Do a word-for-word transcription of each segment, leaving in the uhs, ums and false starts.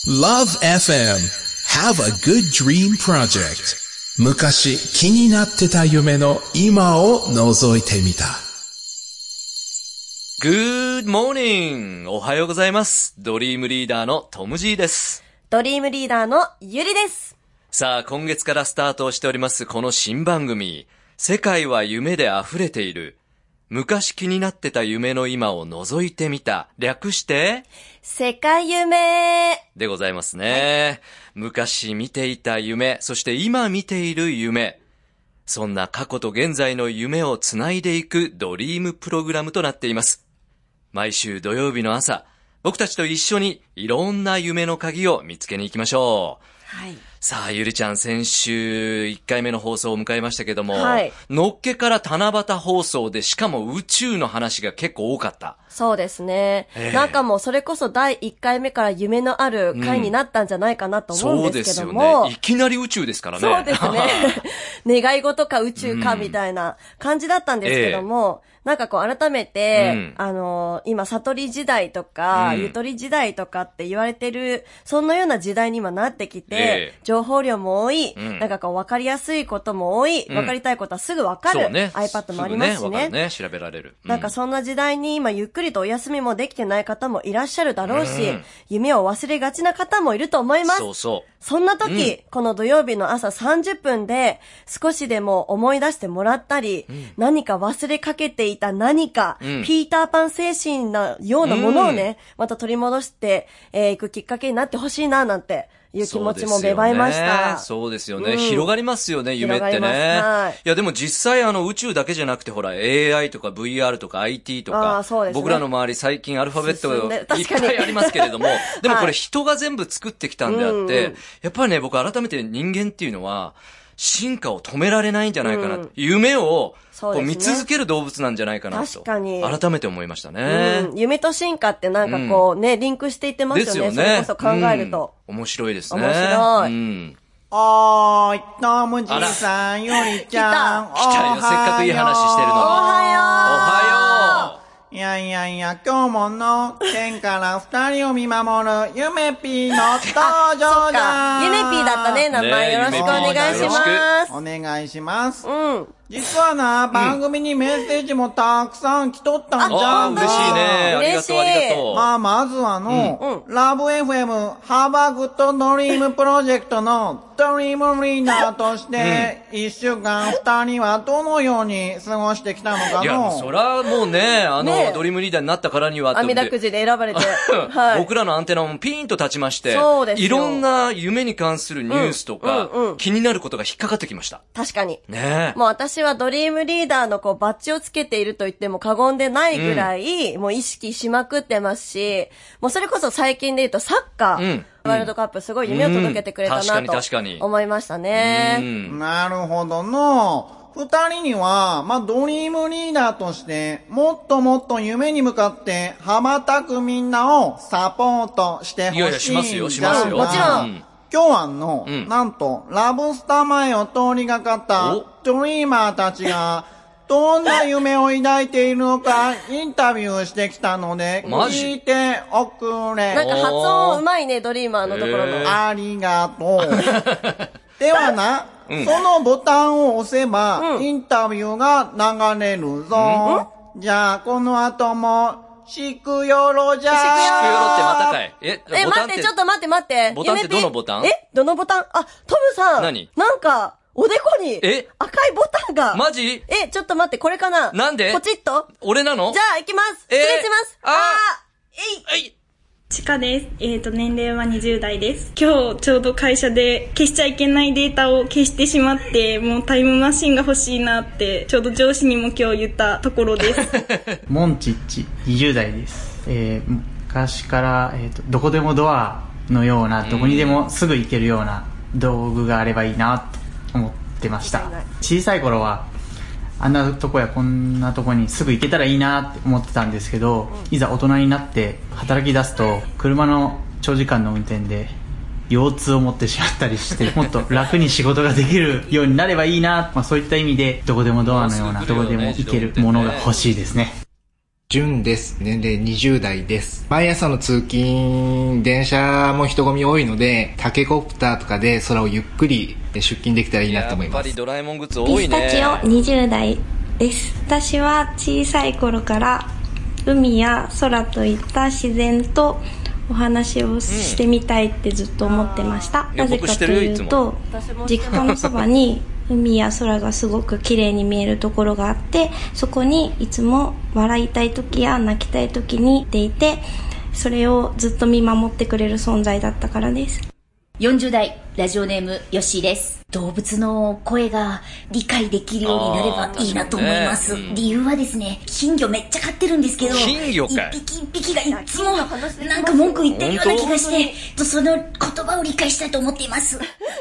Love エフエム Have a Good Dream Project 昔気になってた夢の今を覗いてみた。 Good morning! おはようございます。ドリームリーダーのトム・ジーです。 ドリームリーダーのゆりです。 さあ、今月からスタートしておりますこの新番組、世界は夢で溢れている。昔気になってた夢の今を覗いてみた。略して、 世界夢でございますね、はい。昔見ていた夢、そして今見ている夢。そんな過去と現在の夢をつないでいくドリームプログラムとなっています。毎週土曜日の朝、僕たちと一緒にいろんな夢の鍵を見つけに行きましょう。 はい。 さあ、ゆりちゃん、先週いっかいめの放送を迎えましたけども、 はい、 のっけから七夕放送で、しかも宇宙の話が結構多かった。 そうですね、えー、なんかもうそれこそだいいっかいめから夢のある回になったんじゃないかなと思うんですけども、うん、 そうですよね。いきなり宇宙ですからね。 そうですね願い事か宇宙かみたいな感じだったんですけども、えーなんかこう改めて、うん、あのー、今悟り時代とか、うん、ゆとり時代とかって言われてる、そんなような時代に今なってきて、えー、情報量も多い、うん、なんかこう分かりやすいことも多い、うん、分かりたいことはすぐ分かる、ね、iPad もありますしね。 すぐね、分かるね、調べられる、うん。 なんかそんな時代に今ゆっくりとお休みもできてない方もいらっしゃるだろうし、うん、夢を忘れがちな方もいると思います。 そうそう。 そんな時、うん、この土曜日の朝さんじゅっぷんで少しでも思い出してもらったり、うん、何か忘れかけていた何か、うん、ピーターパン精神のようなものをね、うん、また取り戻してい、えー、くきっかけになってほしいななんていう気持ちも芽生えました。 そうですよね。そうですよね、うん。広がりますよね、夢ってね。はい、いやでも実際あの宇宙だけじゃなくてほら エーアイ とか ブイアール とか アイティー とか、ね、僕らの周り最近アルファベットがいっぱいありますけれども、でもこれ人が全部作ってきたんであって、はい、やっぱりね僕改めて人間っていうのは進化を止められないんじゃないかな、うん、夢をこう見続ける動物なんじゃないかなと確かに改めて思いましたね、 うん、夢と進化ってなんかこうね、うん、リンクしていってますよね。ですよね。それこそ考えると、 うん、面白いですね。 面白い、 うん、 おーい、とむじさん、ゆりちゃん。 来たよ、せっかくいい話してるのに。おはよう。おはよう。 いやいやいや、今日もの、天から二人を見守る、ゆめぴーの登場だー。ゆめぴーだったね、名前、ね、よろしくお願いします。 お願いします。 うん。 実はな、番組にメッセージもたくさん来とったんじゃん。 嬉しいね。ありがとう、ありがとう。 まあ、まずはの、うん、ラブ エフエム ハーバーグッドドリームプロジェクトのドリームリーダーとして、一、うん、週間二人はどのように過ごしてきたのかの。 いや、そらもうね、あの、ね、ドリームリーダーになったからには、 あみだくじで選ばれて、はい、 僕らのアンテナもピーンと立ちまして、そうですよ。いろんな夢に関するニュースとか、うんうんうん、気になることが引っかかってきました。 確かに。 ね。 もう私はドリームリーダーリーダーのこうバッジをつけていると言っても過言でないぐらい、うん、もう意識しまくってますし、もうそれこそ最近で言うとサッカー、うん、ワールドカップすごい夢を届けてくれたなと思いましたね。 うん、なるほどの。二人には、まあ、ドリームリーダーとして、もっともっと夢に向かって、羽ばたくみんなをサポートしてほしい。いやいや、 しますよ、しますよ。 もちろん。うん今日はの、うん、なんと、ラブスター前を通りがかったドリーマーたちが、どんな夢を抱いているのか、インタビューしてきたので、聞いておくれ。 なんか発音うまいね、ドリーマーのところの。 ありがとう。ではな、うん、そのボタンを押せば、うん、インタビューが流れるぞ。うん、じゃあ、この後も、しくよろじゃー。しくよろってまたかい。え、 え、待って、ちょっと待って待って。 ボタンってどのボタン？ え、どのボタン？あ、トムさん。 何？ なんか、おでこに、え赤いボタンが。 マジ？ え、ちょっと待って、これかな？ なんで？ ポチッと？ 俺なの？ じゃあ、行きます。失礼します。 あー。 あー。えい。えい。 ちかです。えっと、年齢はにじゅう代です。今日ちょうど会社で消しちゃいけないデータを消してしまって、もうタイムマシンが欲しいなって、ちょうど上司にも今日言ったところです。 モンチッチ、にじゅう代です。えー、昔から、えーと、どこでもドアのような、どこにでもすぐ行けるような道具があればいいなと思ってました。小さい頃は、あんなとこやこんなとこにすぐ行けたらいいなって思ってたんですけど、いざ大人になって働き出すと車の長時間の運転で腰痛を持ってしまったりしてもっと楽に仕事ができるようになればいいな、まあ、そういった意味でどこでもドアのようなどこでも行けるものが欲しいですね。 純です。年齢にじゅう代です。毎朝の通勤、電車も人混み多いので、タケコプターとかで空をゆっくり出勤できたらいいなと思います。 やっぱりドラえもんグッズ多いね。 ピスタチオにじゅう代です。私は小さい頃から海や空といった自然とお話をしてみたいってずっと思ってました、うん、なぜかというと実家のそばに海や空がすごく綺麗に見えるところがあって、そこにいつも笑いたい時や泣きたい時に出いて、それをずっと見守ってくれる存在だったからです。 よんじゅう代ラジオネームヨッシーです。動物の声が理解できるようになればいいなと思います、ねうん、理由はですね、金魚めっちゃ飼ってるんですけど、 金魚かい一匹一匹がいつもなんか文句言ってるような気がしてその言葉を理解したいと思っています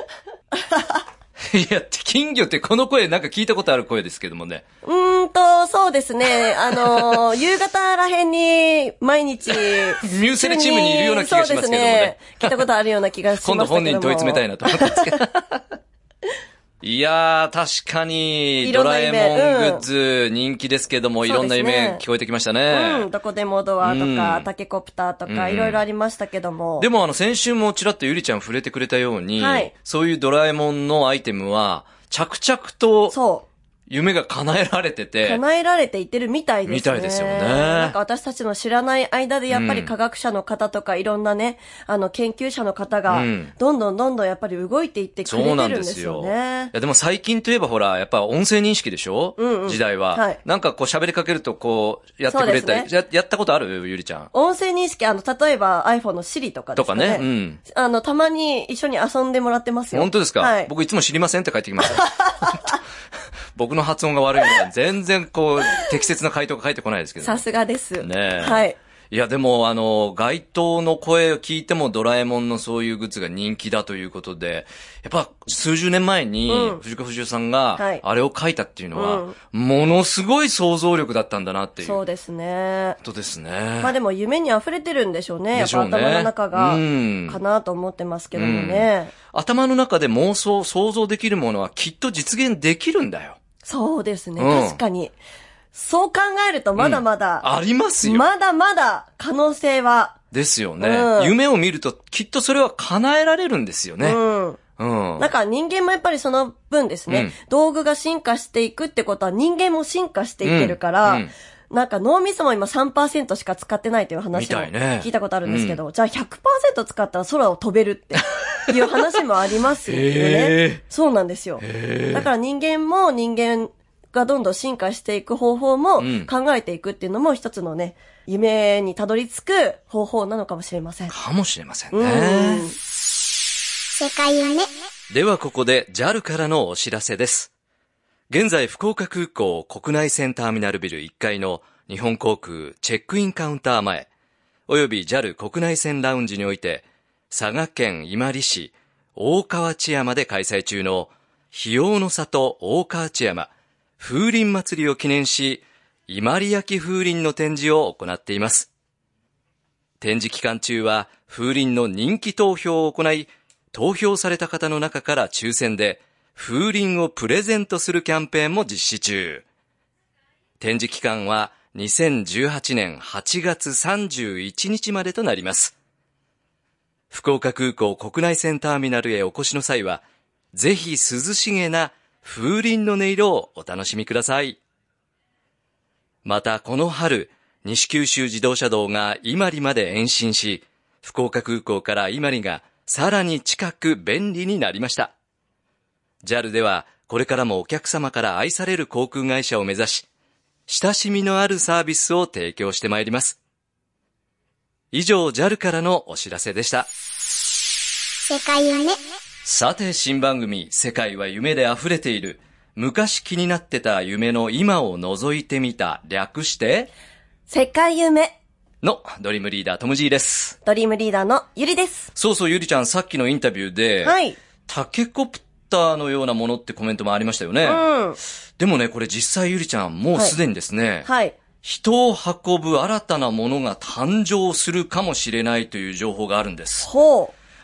いや、金魚ってこの声なんか聞いたことある声ですけどもね。 うーんと、そうですね。あの、夕方らへんに毎日。 ミューセレチームにいるような気がしますけどもね。そうですね。 聞いたことあるような気がしますけども。 今度本人に問い詰めたいなと思ったんですけど。いやー、確かに、ドラえもんグッズ人気ですけども、いろんな夢聞こえてきましたね。 うん、どこでもドアとか、うん、タケコプターとか、いろいろありましたけども。 でもあの、先週もちらっとゆりちゃん触れてくれたように、はい、そういうドラえもんのアイテムは、着々と、そう。夢が叶えられてて。 叶えられていってるみたいですね。 みたいですよね。 なんか私たちの知らない間でやっぱり科学者の方とかいろんなね、あの研究者の方が、どんどんどんどんやっぱり動いていってくれてるんですよね。そうなんですよ。いやでも最近といえばほら、やっぱ音声認識でしょ、うんうん、時代は。はい。なんかこう喋りかけるとこう、やってくれたり、ね、や, やったことあるゆりちゃん。 音声認識、あの、例えば iPhone の Siri とかですかね。とかね。うん。あの、たまに一緒に遊んでもらってますよ。 本当ですか？はい。僕いつも知りませんって帰ってきました。僕の発音が悪いのが全然こう適切な回答が返ってこないですけど、ね。 さすがです。 ねえ。はい。 いやでもあの街頭の声を聞いてもドラえもんのそういうグッズが人気だということで、やっぱ数十年前に藤子不二雄さんがあれを書いたっていうのは、ものすごい想像力だったんだなっていう。 そうですね。 ことですね。 まあでも夢に溢れてるんでしょうね。やっぱ頭の中が、かなと思ってますけどもね、 うん。頭の中で妄想、想像できるものはきっと実現できるんだよ。 そうですね、うん。確かに。そう考えるとまだまだ、 うん、ありますよ。 まだまだ可能性は。 ですよね、うん。夢を見るときっとそれは叶えられるんですよね。うん。うん。 なんか人間もやっぱりその分ですね、うん、道具が進化していくってことは人間も進化していってるから、うんうんなんか脳みそも今 さんパーセント しか使ってないという話を聞いたことあるんですけど、ねうん、じゃあ ひゃくパーセント 使ったら空を飛べるっていう話もありますよね。そうなんですよ。だから人間も人間がどんどん進化していく方法も考えていくっていうのも一つのね、夢にたどり着く方法なのかもしれません。 かもしれませんね。 世界夢。 ではここで ジャル からのお知らせです。現在福岡空港国内線ターミナルビルいっかいの日本航空チェックインカウンター前および ジャル 国内線ラウンジにおいて佐賀県伊万里市大河内山で開催中の飛揚の里大河内山風鈴祭りを記念し伊万里焼風鈴の展示を行っています。展示期間中は風鈴の人気投票を行い投票された方の中から抽選で風鈴をプレゼントするキャンペーンも実施中。展示期間はにせんじゅうはちねんはちがつさんじゅういちにちまでとなります。福岡空港国内線ターミナルへお越しの際は、ぜひ涼しげな風鈴の音色をお楽しみください。またこの春、西九州自動車道が伊万里まで延伸し、福岡空港から伊万里がさらに近く便利になりました。ジャル ではこれからもお客様から愛される航空会社を目指し、親しみのあるサービスを提供してまいります。以上 ジャル からのお知らせでした。 世界夢。 さて新番組世界は夢で溢れている昔気になってた夢の今を覗いてみた略して世界夢のドリームリーダートムジーです。 ドリームリーダーのゆりです。 そうそうゆりちゃんさっきのインタビューで、はい、タケコプターのようなものってコメントもありましたよね。うん。でもね、これ実際ゆりちゃんもうすでにですね、はい。はい、人を運ぶ新たなものが誕生するかもしれないという情報があるんです。ほう。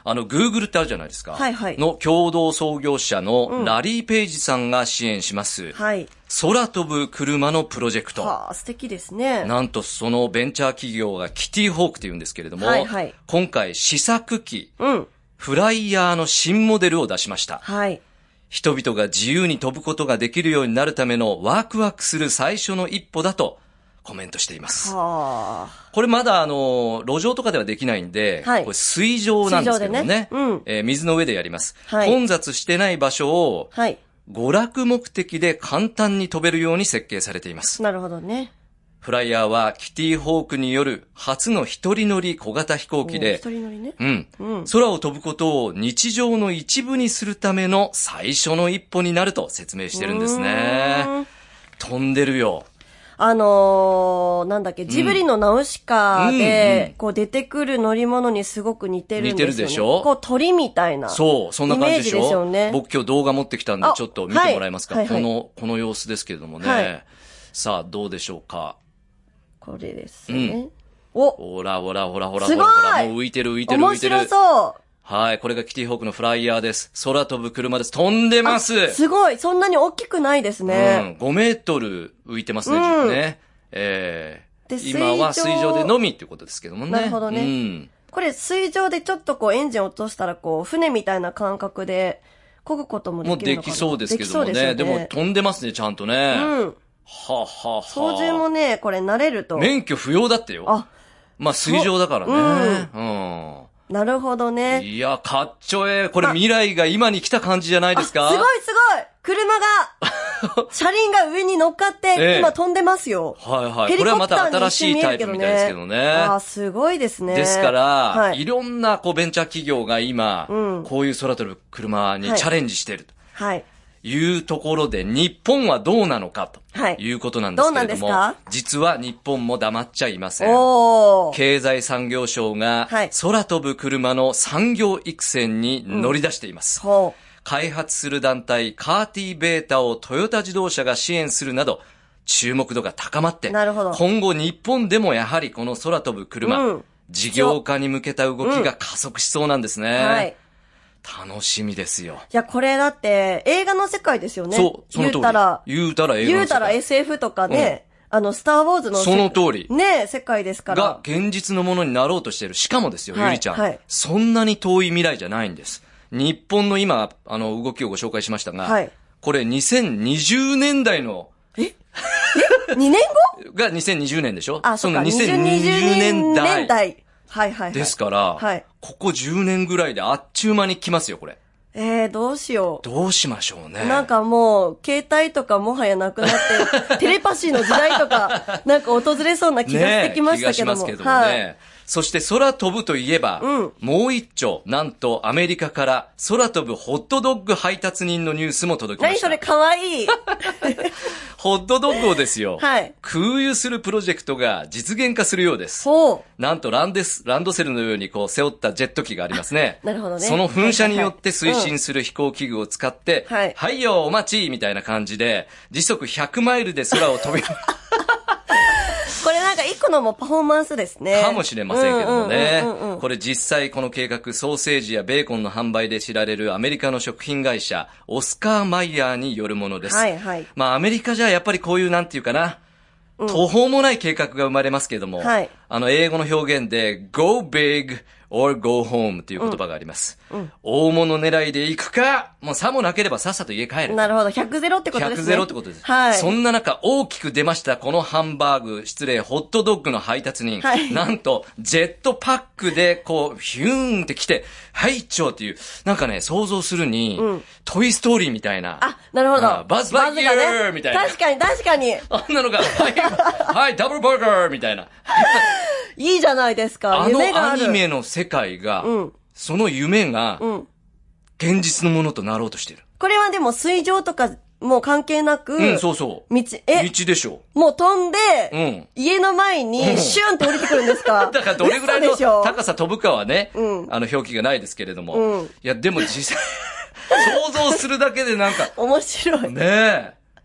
あの、Google ってあるじゃないですか。 はいはい。 の共同創業者のラリー・ペイジさんが支援します。うん、はい。空飛ぶ車のプロジェクト。 はあ、素敵ですね。 なんとそのベンチャー企業がキティホークって言うんですけれども、はいはい、今回試作機、うん、フライヤーの新モデルを出しました。はい。人々が自由に飛ぶことができるようになるためのワクワクする最初の一歩だとコメントしています。はあ、これまだあの、路上とかではできないんで、はい、これ水上なんですけどもね、ねうん、えー、水の上でやります。はい、混雑してない場所を、はい、娯楽目的で簡単に飛べるように設計されています。 なるほどね。 フライヤーはキティホークによる初の一人乗り小型飛行機で、 一人乗りね。 うん。うん。空を飛ぶことを日常の一部にするための最初の一歩になると説明してるんですね。飛んでるよ。 あのー、なんだっけ、ジブリのナウシカで、こう出てくる乗り物にすごく似てるんですよね。似てるでしょ？こう鳥みたいな。 そう、そんな感じでしょ？イメージですよね。僕今日動画持ってきたんで、ちょっと見てもらえますか？はいはいはい、この、この様子ですけれどもね。はい、さあ、どうでしょうか？ これですね。 うん、おほらほらほらほらほらほら、もう浮いてる浮いてる浮いてる。 面白そう。 はい、これがキティホークのフライヤーです。空飛ぶ車です。飛んでます。 すごい、そんなに大きくないですね。 うん、ごメートル浮いてますね、うん、ね。えー、今は水上でのみっていうことですけどもね。 なるほどね。うん、これ水上でちょっとこうエンジン落としたらこう船みたいな感覚で漕ぐこともできるのかな。 もうできそうですけどもね。で, ねでも飛んでますね、ちゃんとね。うん。はあ、はあはあ、 操縦もね、これ慣れると。 免許不要だってよ。あ、まあ水上だからね。うん。うんなるほどね。 いや、かっちょええ。これ未来が今に来た感じじゃないですか？ すごいすごい車が、車輪が上に乗っかって、ええ、今飛んでますよ。 はいはい。これはまた新しいタイプみたいですけどね。 あ、すごいですね。 ですから、はい、いろんなこうベンチャー企業が今、うん、こういう空飛ぶ車にチャレンジしてると。はい。はいいうところで日本はどうなのかということなんですけれども、はい、どうなんですか？実は日本も黙っちゃいません。経済産業省が空飛ぶ車の産業育成に乗り出しています。うん、開発する団体カーティベータをトヨタ自動車が支援するなど注目度が高まって、今後日本でもやはりこの空飛ぶ車、うん、事業化に向けた動きが加速しそうなんですね。うんはい楽しみですよ。 いや、これだって、映画の世界ですよね。 そう、その通り。 言うたら、 言うたら映画の世界。 言うたら エスエフ とかね、うん、あの、スターウォーズの。 その通り。 ね、世界ですから。 が、現実のものになろうとしている。しかもですよ、はい、ゆりちゃん、はい。そんなに遠い未来じゃないんです。日本の今、あの、動きをご紹介しましたが、はい、これにせんにじゅうねんだいの、 ええ ?に 年後がにせんにじゅうねんでしょ？ あ、そうか。 そのにせんにじゅうねんだい。 はいはいはい。 ですから、はい、ここじゅうねんぐらいであっちゅう間に来ますよ、これ。 えー、どうしよう。どうしましょうね。 なんかもう、携帯とかもはやなくなって、テレパシーの時代とか、なんか訪れそうな気がしてきましたけども。ね、気がしますけどもね。はい、 そして空飛ぶといえば、うん、もう一丁、なんとアメリカから空飛ぶホットドッグ配達人のニュースも届きました。 何それかわいい。 ホットドッグをですよ。はい。空輸するプロジェクトが実現化するようです。 ほう。 なんとランデス、ランドセルのようにこう背負ったジェット機がありますね。 なるほどね。 その噴射によって推進する飛行器具を使って、はい。はいよ、お待ちみたいな感じで、時速ひゃくマイルで空を飛び、 これなんか一個のもパフォーマンスですね。 かもしれませんけどもね。これ実際この計画、ソーセージやベーコンの販売で知られるアメリカの食品会社、オスカーマイヤーによるものです。はいはい。まあアメリカじゃやっぱりこういうなんていうかな、うん、途方もない計画が生まれますけども、はい、あの英語の表現で go big or go home という言葉があります。うんうん、大物狙いで行くか、もうさもなければさっさと家帰る。 なるほど。ひゃくゼロってことですね。 ひゃくゼロってことです。はい。そんな中大きく出ましたこのハンバーグ、失礼、ホットドッグの配達人。はい。なんと、ジェットパックでこう、ヒューンって来て、はい一丁っていう、なんかね、想像するに、うん、トイストーリーみたいな。 あ、なるほど。 バズバイヤーみたいな。 確かに確かに。 あんなのが、はい、はい、ダブルバーガーみたいな。 いいじゃないですか。 あのアニメの世界が、うん、その夢が、現実のものとなろうとしてる。 これはでも水上とかもう関係なく、 うん、そうそう。 道、え道でしょ。 もう飛んで、うん、家の前にシューンって降りてくるんですか？ だからどれぐらいの高さ飛ぶかはね、うん、あの表記がないですけれども。うん、いや、でも実際、想像するだけでなんか。 面白い。 ねえ。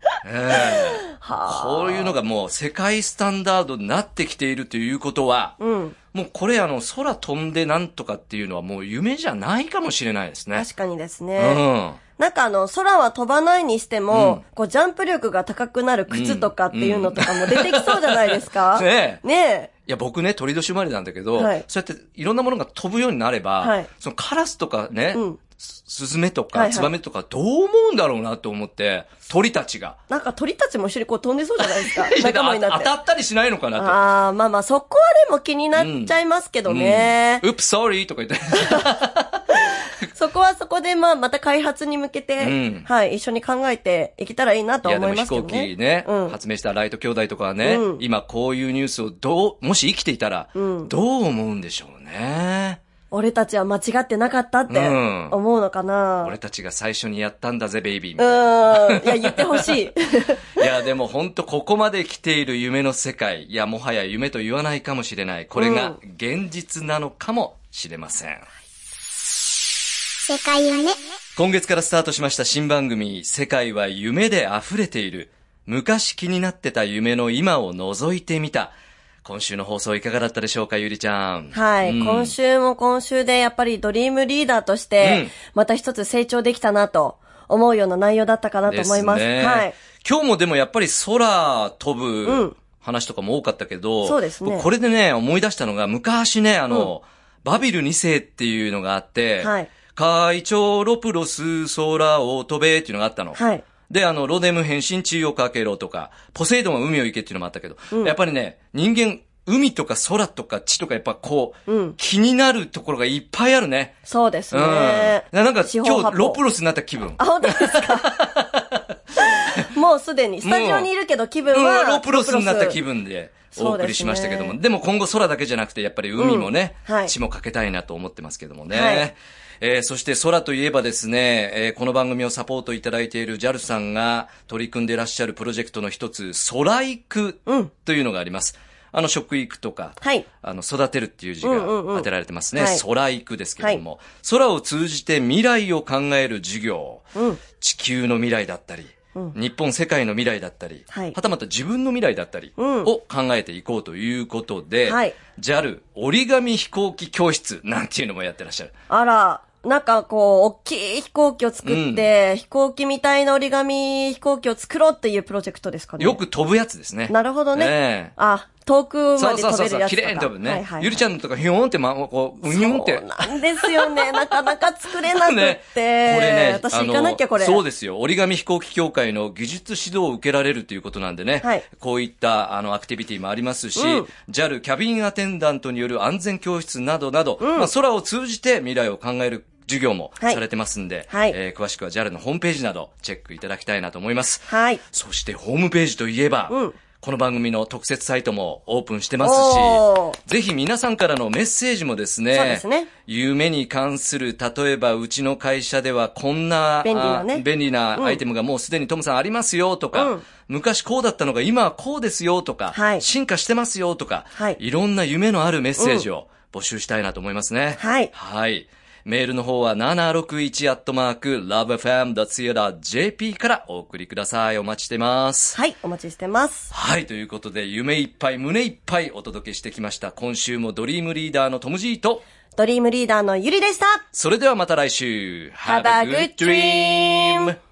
えー、こういうのがもう世界スタンダードになってきているということは、うん、もうこれあの空飛んでなんとかっていうのはもう夢じゃないかもしれないですね。 確かにですね。うん。なんかあの、空は飛ばないにしても、うん、こうジャンプ力が高くなる靴とかっていうのとかも出てきそうじゃないですか、うん、ねえ。ねえ。 いや、僕ね、鳥年生まれなんだけど、はい、そうやっていろんなものが飛ぶようになれば、はい、そのカラスとかね、うん、スズメとかツバメとかどう思うんだろうなと思って、鳥たちが。 なんか鳥たちも一緒にこう飛んでそうじゃないですか。仲間になって。 当たったりしないのかなと。 ああ、まあまあ、そこはでも気になっちゃいますけどね。 う、うん、Oops, sorry とか言って。 そこはそこで、まあ、また開発に向けて、うん、はい、一緒に考えていけたらいいなと思いますけどね。いや、でも飛行機ね、うん、発明したライト兄弟とかはね、うん、今こういうニュースをどう、もし生きていたら、うん、どう思うんでしょうね。 俺たちは間違ってなかったって思うのかな、 うん、俺たちが最初にやったんだぜ、ベイビーみたいな。 うん。いや、言ってほしい。 いや、でも本当ここまで来ている夢の世界。いや、もはや夢と言わないかもしれない。これが現実なのかもしれません。うん、 世界夢。 今月からスタートしました新番組、世界は夢で溢れている。昔気になってた夢の今を覗いてみた。今週の放送いかがだったでしょうか、ゆりちゃん。 はい、うん。今週も今週でやっぱりドリームリーダーとして、また一つ成長できたなと思うような内容だったかなと思います。ですね。はい。 今日もでもやっぱり空飛ぶ話とかも多かったけど、うん、そうですね。これでね、思い出したのが、昔ね、あの、うん、バビルに世っていうのがあって、はい。海長ロプロス空を飛べっていうのがあったの。はい。で、あの、ロデム変身地をかけろとか、ポセイドンは海を行けっていうのもあったけど、うん、やっぱりね、人間、海とか空とか地とかやっぱこう、うん、気になるところがいっぱいあるね。 そうですね。 うん、なんか今日ロプロスになった気分。 あ、本当ですか。もうすでに、スタジオにいるけど気分は、 うん、ロプロスになった気分でお送りしましたけども、で, ね、でも今後空だけじゃなくてやっぱり海もね、うんはい、地もかけたいなと思ってますけどもね。はいえー、そして空といえばですね、えー、この番組をサポートいただいている ジャル さんが取り組んでいらっしゃるプロジェクトの一つ、空育というのがあります。うん、あの、食育とか、はい、あの、育てるっていう字が当てられてますね。うんうんうん、空育ですけれども、はい、空を通じて未来を考える授業、うん、地球の未来だったり、うん、日本世界の未来だったり、はい、はたまた自分の未来だったりを考えていこうということで、うんはい、ジャル 折り紙飛行機教室なんていうのもやってらっしゃる。 あら、なんかこう、大きい飛行機を作って、うん、飛行機みたいな折り紙飛行機を作ろうっていうプロジェクトですかね。 よく飛ぶやつですね。 なるほどね。ねあ、遠くまで飛べるやつとか。そうそうそう、 綺麗に飛ぶね。はいはいはい、ゆりちゃんのとかヒョーンってま、こう、うにゅんって。 そうなんですよね。なかなか作れなくって。ね、これね、私行かなきゃこれ。 そうですよ。折り紙飛行機協会の技術指導を受けられるということなんでね。はい、こういったあのアクティビティもありますし、うん、ジャル キャビンアテンダントによる安全教室などなど、うんまあ、空を通じて未来を考える授業もされてますんで、はいえー、詳しくは ジャル のホームページなどチェックいただきたいなと思います。はい。そしてホームページといえば、うん、この番組の特設サイトもオープンしてますし、ぜひ皆さんからのメッセージもですね、そうですね。夢に関する、例えばうちの会社ではこんな便利な、ね、便利なアイテムがもうすでにトムさんありますよとか、うん、昔こうだったのが今はこうですよとか、はい、進化してますよとか、はい、いろんな夢のあるメッセージを募集したいなと思いますね。はい。はい。メールの方は ななろくいち アットマーク ラブエフエム ドット シーオー ドット ジェーピー からお送りください。お待ちしてます。 はい、お待ちしてます。 はい、ということで夢いっぱい胸いっぱいお届けしてきました。今週もドリームリーダーのトム・ジーとドリームリーダーのゆりでした。 それではまた来週。 Have a good dream!